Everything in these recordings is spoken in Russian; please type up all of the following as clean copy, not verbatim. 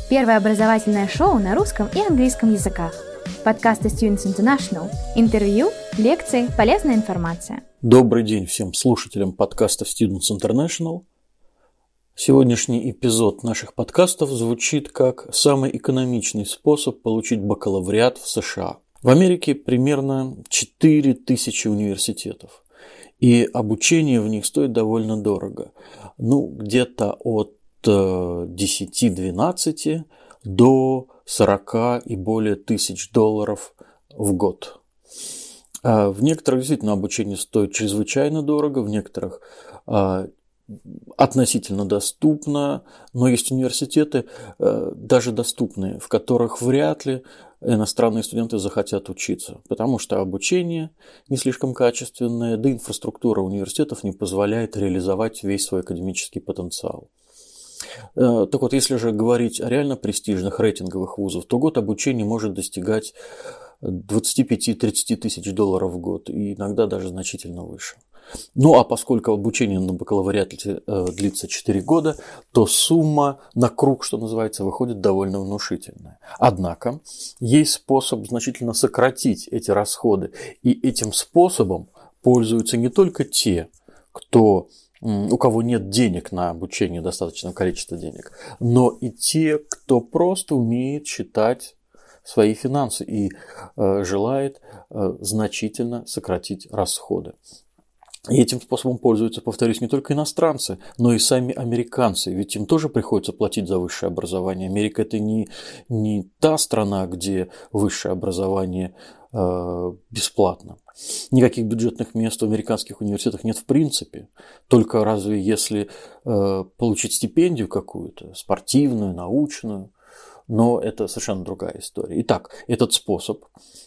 Первое образовательное шоу на русском и английском языках. Подкасты Students International. Интервью, лекции, полезная информация. Добрый день всем слушателям подкастов Students International. Сегодняшний эпизод наших подкастов звучит как самый экономичный способ получить бакалавриат в США. В Америке примерно 4000 университетов, и обучение в них стоит довольно дорого. Где-то от 10-12 до 40 и более тысяч долларов в год. В некоторых действительно обучение стоит чрезвычайно дорого, в некоторых относительно доступно, но есть университеты, даже доступные, в которых вряд ли иностранные студенты захотят учиться, потому что обучение не слишком качественное, да и инфраструктура университетов не позволяет реализовать весь свой академический потенциал. Так вот, если же говорить о реально престижных рейтинговых вузах, то год обучения может достигать 25-30 тысяч долларов в год, и иногда даже значительно выше. А поскольку обучение на бакалавриате длится 4 года, то сумма на круг, что называется, выходит довольно внушительная. Однако есть способ значительно сократить эти расходы, и этим способом пользуются не только те, у кого нет денег на обучение, достаточного количества денег, но и те, кто просто умеет считать свои финансы и желает значительно сократить расходы. И этим способом пользуются, повторюсь, не только иностранцы, но и сами американцы, ведь им тоже приходится платить за высшее образование. Америка – это не та страна, где высшее образование бесплатно. Никаких бюджетных мест в американских университетах нет в принципе. Только разве если получить стипендию какую-то, спортивную, научную. Но это совершенно другая история. Итак, этот способ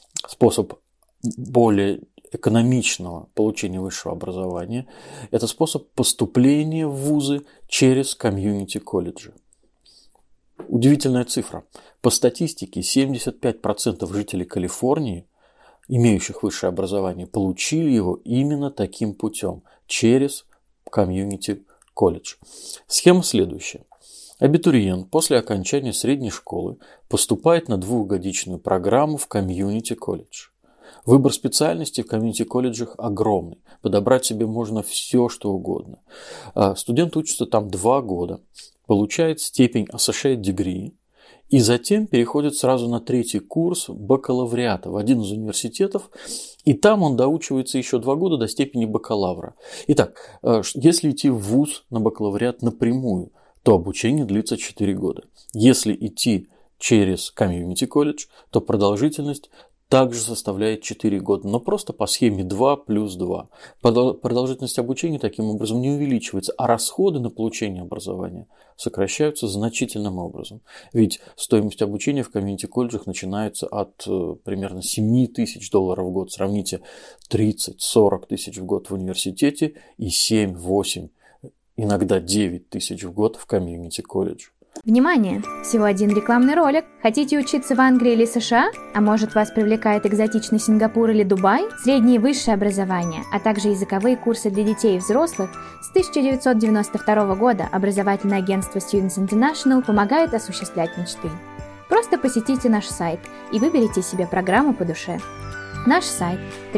более экономичного получения высшего образования, это способ поступления в вузы через комьюнити-колледжи. Удивительная цифра. По статистике, 75% жителей Калифорнии, имеющих высшее образование, получили его именно таким путем, через комьюнити-колледж. Схема следующая. Абитуриент после окончания средней школы поступает на двухгодичную программу в комьюнити-колледж. Выбор специальностей в комьюнити-колледжах огромный. Подобрать себе можно все, что угодно. Студент учится там 2 года, получает степень Associate Degree и затем переходит сразу на 3-й курс бакалавриата в один из университетов, и там он доучивается еще 2 года до степени бакалавра. Итак, если идти в вуз на бакалавриат напрямую, то обучение длится 4 года. Если идти через комьюнити-колледж, то продолжительность также составляет 4 года, но просто по схеме 2 плюс 2. Продолжительность обучения таким образом не увеличивается, а расходы на получение образования сокращаются значительным образом. Ведь стоимость обучения в комьюнити-колледжах начинается от примерно 7 тысяч долларов в год. Сравните 30-40 тысяч в год в университете и 7-8, иногда 9 тысяч в год в комьюнити-колледж. Внимание! Всего один рекламный ролик. Хотите учиться в Англии или США? А может, вас привлекает экзотичный Сингапур или Дубай? Среднее и высшее образование, а также языковые курсы для детей и взрослых с 1992 года образовательное агентство Students International помогает осуществлять мечты. Просто посетите наш сайт и выберите себе программу по душе. Наш сайт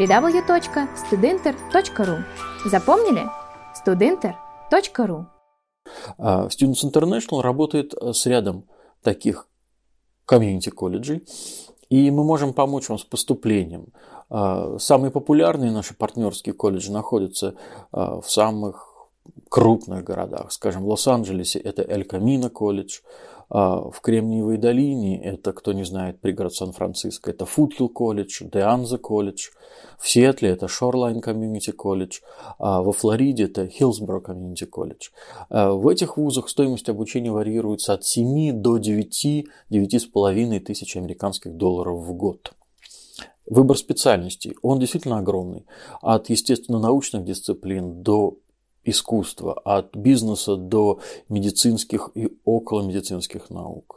www.studinter.ru. Запомнили? studinter.ru. Students International работает с рядом таких комьюнити-колледжей, и мы можем помочь вам с поступлением. Самые популярные наши партнерские колледжи находятся в самых крупных городах. Скажем, в Лос-Анджелесе это Эль Камино колледж, в Кремниевой долине это, кто не знает, пригород Сан-Франциско, это Фудхилл колледж, Деанза колледж, в Сиэтле это Шорлайн комьюнити колледж, во Флориде это Хиллсборо комьюнити колледж. В этих вузах стоимость обучения варьируется от 7 до 9-9,5 тысяч американских долларов в год. Выбор специальностей, он действительно огромный. От естественно-научных дисциплин до искусства, от бизнеса до медицинских и околомедицинских наук.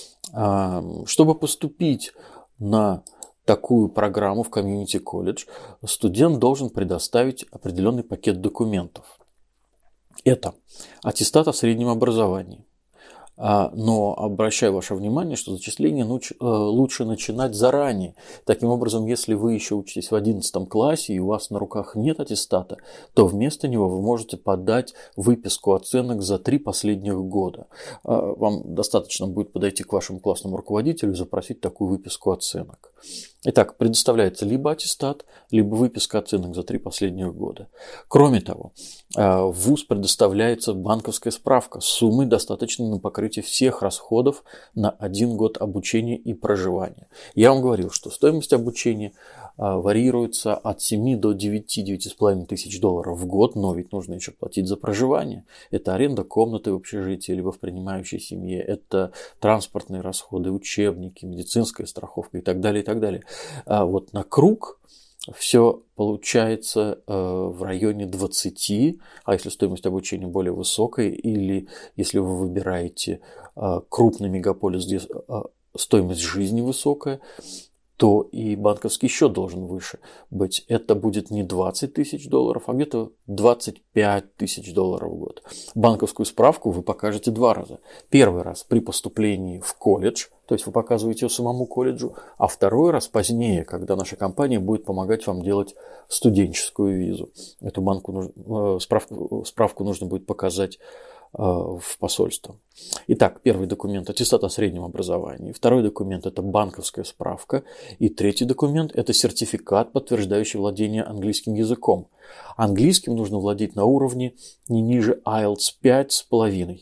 Чтобы поступить на такую программу в комьюнити-колледж, студент должен предоставить определенный пакет документов. Это аттестат о среднем образовании, Но обращаю ваше внимание, что зачисление лучше начинать заранее. Таким образом, если вы еще учитесь в 11 классе и у вас на руках нет аттестата, то вместо него вы можете подать выписку оценок за 3 последних года. Вам достаточно будет подойти к вашему классному руководителю и запросить такую выписку оценок. Итак, предоставляется либо аттестат, либо выписка оценок за 3 последних года. Кроме того, в ВУЗ предоставляется банковская справка с суммой, достаточной на покрытие всех расходов на 1 год обучения и проживания. Я вам говорил, что стоимость обучения варьируется от 7 до 9-9,5 тысяч долларов в год, но ведь нужно еще платить за проживание. Это аренда комнаты в общежитии либо в принимающей семье, это транспортные расходы, учебники, медицинская страховка и так далее, и так далее. А вот на круг все получается в районе 20, а если стоимость обучения более высокая, или если вы выбираете крупный мегаполис, где стоимость жизни высокая, то и банковский счет должен выше быть. Это будет не 20 тысяч долларов, а где-то 25 тысяч долларов в год. Банковскую справку вы покажете 2 раза. Первый раз при поступлении в колледж, то есть вы показываете ее самому колледжу, а второй раз позднее, когда наша компания будет помогать вам делать студенческую визу. Эту справку нужно будет показать в посольство. Итак, первый документ – аттестат о среднем образовании. Второй документ – это банковская справка. И третий документ – это сертификат, подтверждающий владение английским языком. Английским нужно владеть на уровне не ниже IELTS 5,5.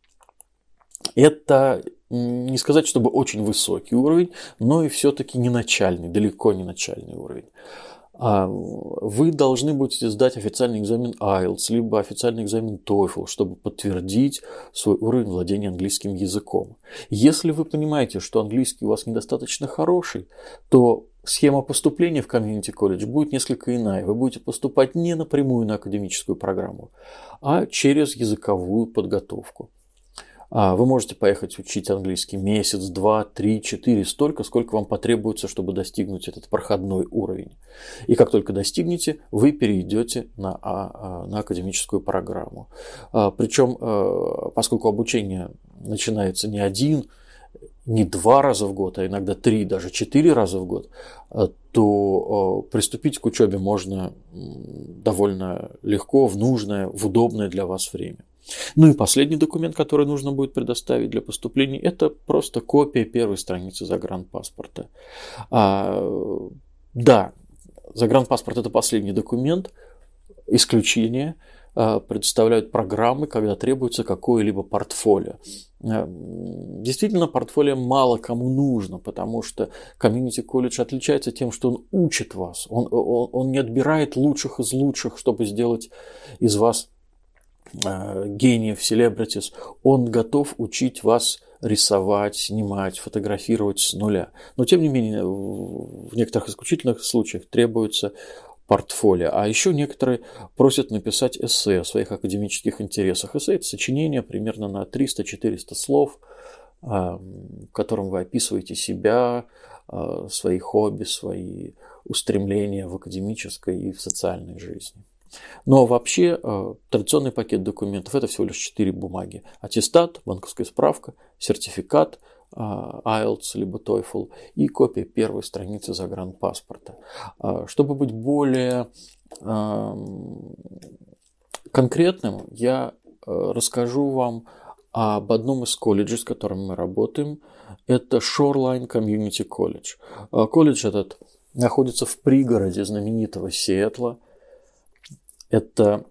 Это не сказать, чтобы очень высокий уровень, но и все-таки не начальный, далеко не начальный уровень. Вы должны будете сдать официальный экзамен IELTS, либо официальный экзамен TOEFL, чтобы подтвердить свой уровень владения английским языком. Если вы понимаете, что английский у вас недостаточно хороший, то схема поступления в комьюнити колледж будет несколько иная. Вы будете поступать не напрямую на академическую программу, а через языковую подготовку. Вы можете поехать учить английский месяц, 2, 3, 4, столько, сколько вам потребуется, чтобы достигнуть этот проходной уровень. И как только достигнете, вы перейдете на академическую программу. Причем, поскольку обучение начинается не 1, не 2 раза в год, а иногда 3, даже 4 раза в год, то приступить к учебе можно довольно легко, в нужное, в удобное для вас время. Ну и последний документ, который нужно будет предоставить для поступления, это просто копия первой страницы загранпаспорта. Да, загранпаспорт – это последний документ. Исключение предоставляют программы, когда требуется какое-либо портфолио. Действительно, портфолио мало кому нужно, потому что комьюнити колледж отличается тем, что он учит вас. Он не отбирает лучших из лучших, чтобы сделать из вас гениев, селебритис. Он готов учить вас рисовать, снимать, фотографировать с нуля. Но, тем не менее, в некоторых исключительных случаях требуется портфолио. А еще некоторые просят написать эссе о своих академических интересах. Эссе – это сочинение примерно на 300-400 слов, в котором вы описываете себя, свои хобби, свои устремления в академической и в социальной жизни. Но вообще традиционный пакет документов – это всего лишь 4 бумаги. Аттестат, банковская справка, сертификат IELTS либо TOEFL и копия первой страницы загранпаспорта. Чтобы быть более конкретным, я расскажу вам об одном из колледжей, с которым мы работаем. Это Shoreline Community College. Колледж этот находится в пригороде знаменитого Сиэтла. Это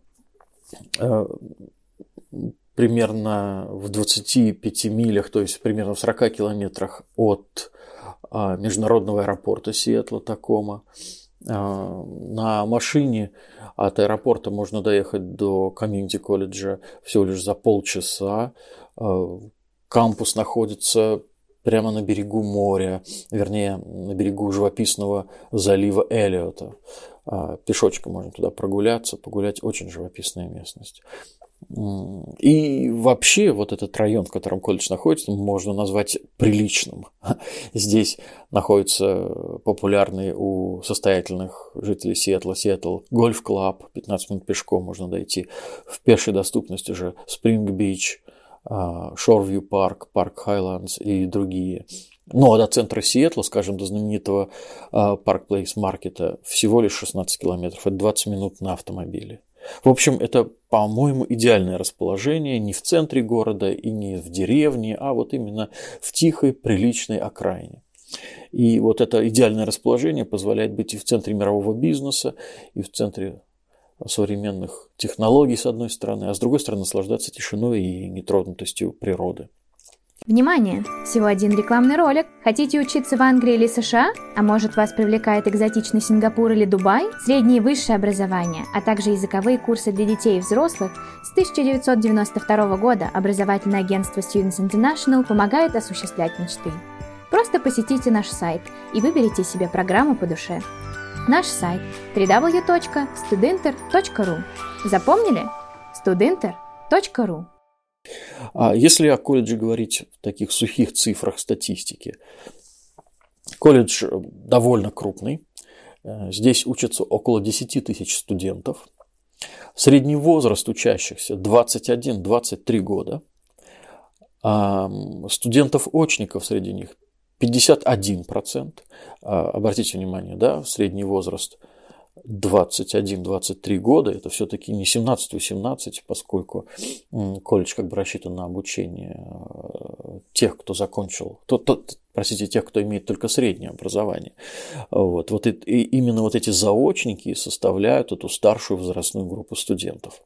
примерно в 25 милях, то есть примерно в 40 километрах от международного аэропорта Сиэтла Такома. На машине от аэропорта можно доехать до комьюнити колледжа всего лишь за полчаса. Кампус находится прямо на берегу моря, вернее, на берегу живописного залива Эллиота. Пешочком можно туда прогуляться, погулять, очень живописная местность. И вообще вот этот район, в котором колледж находится, можно назвать приличным. Здесь находится популярный у состоятельных жителей Сиэтла гольф-клаб, 15 минут пешком можно дойти. В пешей доступности же Спринг-Бич, Шорвью парк, парк Хайландс и другие. Но до центра Сиэтла, скажем, до знаменитого Парк Плейс маркета всего лишь 16 километров. Это 20 минут на автомобиле. В общем, это, по-моему, идеальное расположение не в центре города и не в деревне, а вот именно в тихой, приличной окраине. И вот это идеальное расположение позволяет быть и в центре мирового бизнеса, и в центре современных технологий, с одной стороны, а с другой стороны, наслаждаться тишиной и нетронутостью природы. Внимание! Всего один рекламный ролик. Хотите учиться в Англии или США? А может, вас привлекает экзотичный Сингапур или Дубай? Среднее и высшее образование, а также языковые курсы для детей и взрослых с 1992 года образовательное агентство Students International помогает осуществлять мечты. Просто посетите наш сайт и выберите себе программу по душе. Наш сайт www.studinter.ru. Запомнили? studinter.ru. Если о колледже говорить в таких сухих цифрах статистики, колледж довольно крупный. Здесь учатся около 10 тысяч студентов. Средний возраст учащихся 21-23 года. Студентов-очников среди них 51%. Обратите внимание, да, средний возраст 21-23 года, это все-таки не 17-18, поскольку колледж как бы рассчитан на обучение тех, кто закончил, тех, кто имеет только среднее образование. Вот и именно вот эти заочники составляют эту старшую возрастную группу студентов.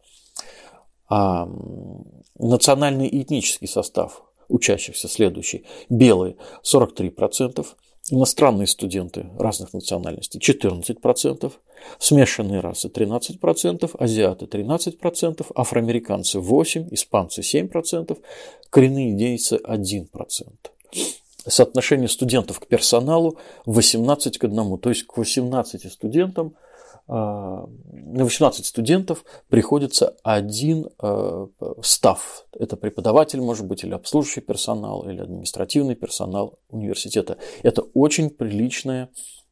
А национальный и этнический состав учащихся следующий. Белые 43%, иностранные студенты разных национальностей 14%, смешанные расы 13%, азиаты 13%, афроамериканцы 8%, испанцы 7%, коренные индейцы 1%. Соотношение студентов к персоналу 18 к 1, то есть к 18 студентам, на 18 студентов приходится один стаф. Это преподаватель, может быть, или обслуживающий персонал, или административный персонал университета. Это очень приличная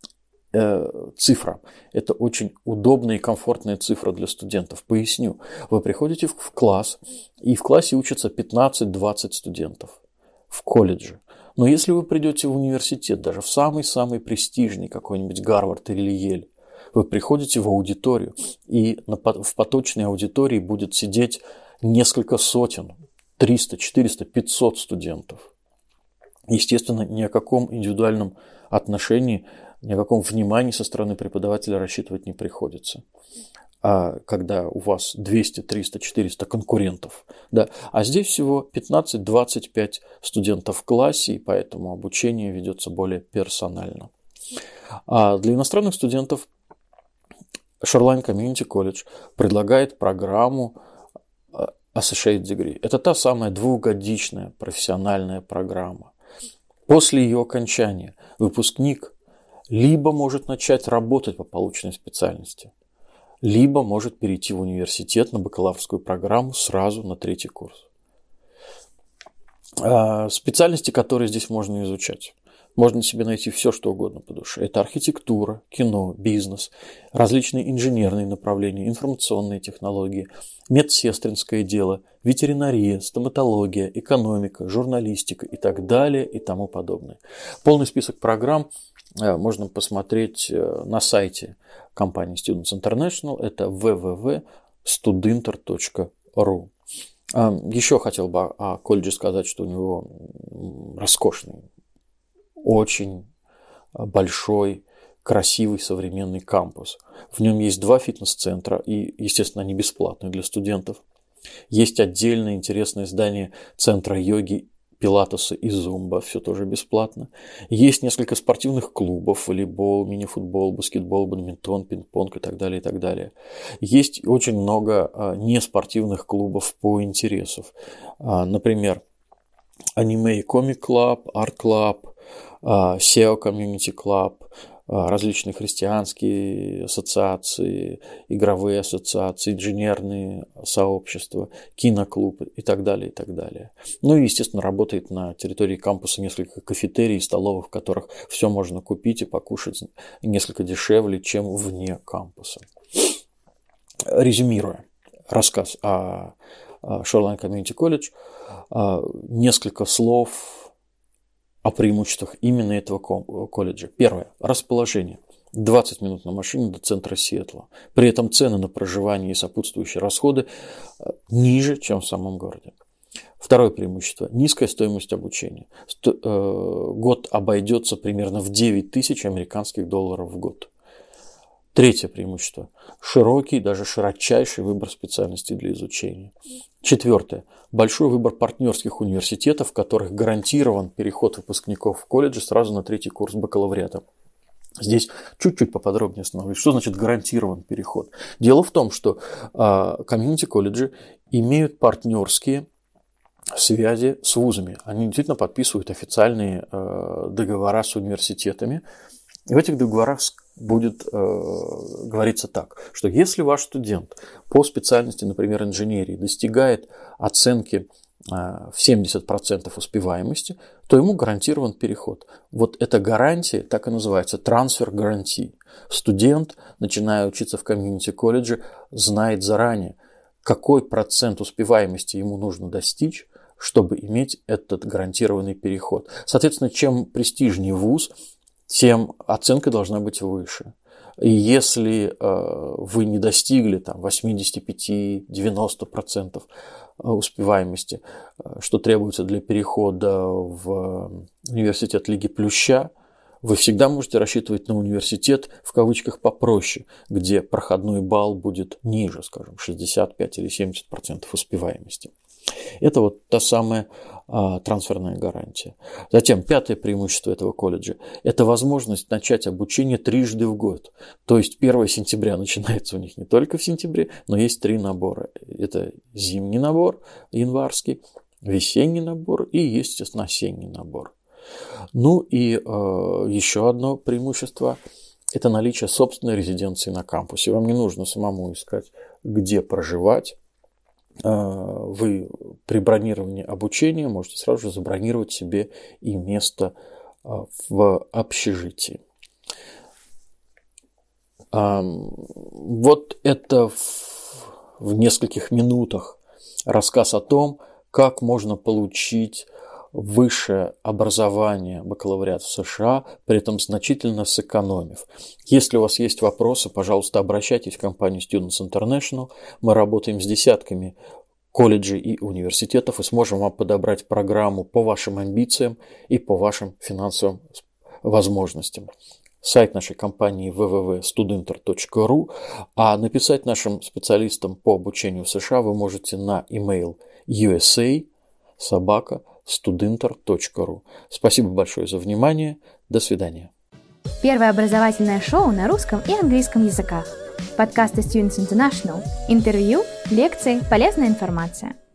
цифра. Это очень удобная и комфортная цифра для студентов. Поясню. Вы приходите в класс, и в классе учатся 15-20 студентов в колледже. Но если вы придете в университет, даже в самый-самый престижный какой-нибудь Гарвард или Йель, вы приходите в аудиторию, и в поточной аудитории будет сидеть несколько сотен, 300, 400, 500 студентов. Естественно, ни о каком индивидуальном отношении, ни о каком внимании со стороны преподавателя рассчитывать не приходится. А когда у вас 200, 300, 400 конкурентов. Да, а здесь всего 15-25 студентов в классе, и поэтому обучение ведется более персонально. А для иностранных студентов Shoreline Community College предлагает программу Associate Degree. Это та самая двухгодичная профессиональная программа. После ее окончания выпускник либо может начать работать по полученной специальности, либо может перейти в университет на бакалаврскую программу сразу на 3-й курс. Специальности, которые здесь можно изучать. Можно себе найти все, что угодно по душе. Это архитектура, кино, бизнес, различные инженерные направления, информационные технологии, медсестринское дело, ветеринария, стоматология, экономика, журналистика и так далее и тому подобное. Полный список программ можно посмотреть на сайте компании Students International. Это www.studinter.ru. Еще хотел бы о колледже сказать, что у него роскошный, очень большой, красивый современный кампус. В нем есть 2 фитнес-центра, и, естественно, они бесплатные для студентов. Есть отдельное интересное здание центра йоги, пилатеса и зумба, все тоже бесплатно. Есть несколько спортивных клубов: волейбол, мини-футбол, баскетбол, бадминтон, пинг-понг и так далее, и так далее. Есть очень много неспортивных клубов по интересам. Например, аниме и комик-клаб, арт-клаб, SEO Community Club, различные христианские ассоциации, игровые ассоциации, инженерные сообщества, киноклуб и так далее, и так далее. Ну и, естественно, работает на территории кампуса несколько кафетерий и столовых, в которых все можно купить и покушать несколько дешевле, чем вне кампуса. Резюмируя рассказ о Shoreline Community College, несколько слов о преимуществах именно этого колледжа. Первое. Расположение. 20 минут на машине до центра Сиэтла. При этом цены на проживание и сопутствующие расходы ниже, чем в самом городе. Второе преимущество – низкая стоимость обучения. Год обойдется примерно в 9 тысяч американских долларов в год. Третье преимущество – широкий, даже широчайший выбор специальностей для изучения. Четвертое – большой выбор партнерских университетов, в которых гарантирован переход выпускников в колледже сразу на третий курс бакалавриата. Здесь чуть-чуть поподробнее остановлюсь. Что значит гарантирован переход? Дело в том, что комьюнити-колледжи имеют партнерские связи с вузами. Они действительно подписывают официальные договора с университетами. И в этих договорах будет говориться так, что если ваш студент по специальности, например, инженерии, достигает оценки в 70% успеваемости, то ему гарантирован переход. Вот эта гарантия так и называется трансфер гарантии. Студент, начиная учиться в комьюнити-колледже, знает заранее, какой процент успеваемости ему нужно достичь, чтобы иметь этот гарантированный переход. Соответственно, чем престижнее вуз, тем оценка должна быть выше. И если вы не достигли 85-90% успеваемости, что требуется для перехода в университет Лиги Плюща, вы всегда можете рассчитывать на университет в кавычках попроще, где проходной балл будет ниже, скажем, 65 или 70% успеваемости. Это вот та самая трансферная гарантия. Затем, пятое преимущество этого колледжа – это возможность начать обучение трижды в год. То есть 1 сентября начинается у них не только в сентябре, но есть 3 набора. Это зимний набор, январский, весенний набор и, естественно, осенний набор. Ну и еще одно преимущество – это наличие собственной резиденции на кампусе. Вам не нужно самому искать, где проживать. Вы при бронировании обучения можете сразу же забронировать себе и место в общежитии. Вот это в нескольких минутах рассказ о том, как можно получить высшее образование, бакалавриат в США, при этом значительно сэкономив. Если у вас есть вопросы, пожалуйста, обращайтесь в компанию Students International. Мы работаем с десятками колледжей и университетов и сможем вам подобрать программу по вашим амбициям и по вашим финансовым возможностям. Сайт нашей компании www.studinter.ru, а написать нашим специалистам по обучению в США вы можете на email usa@studinter.ru. Спасибо большое за внимание. До свидания. Первое образовательное шоу на русском и английском языках. Подкасты Students International. Интервью, лекции, полезная информация.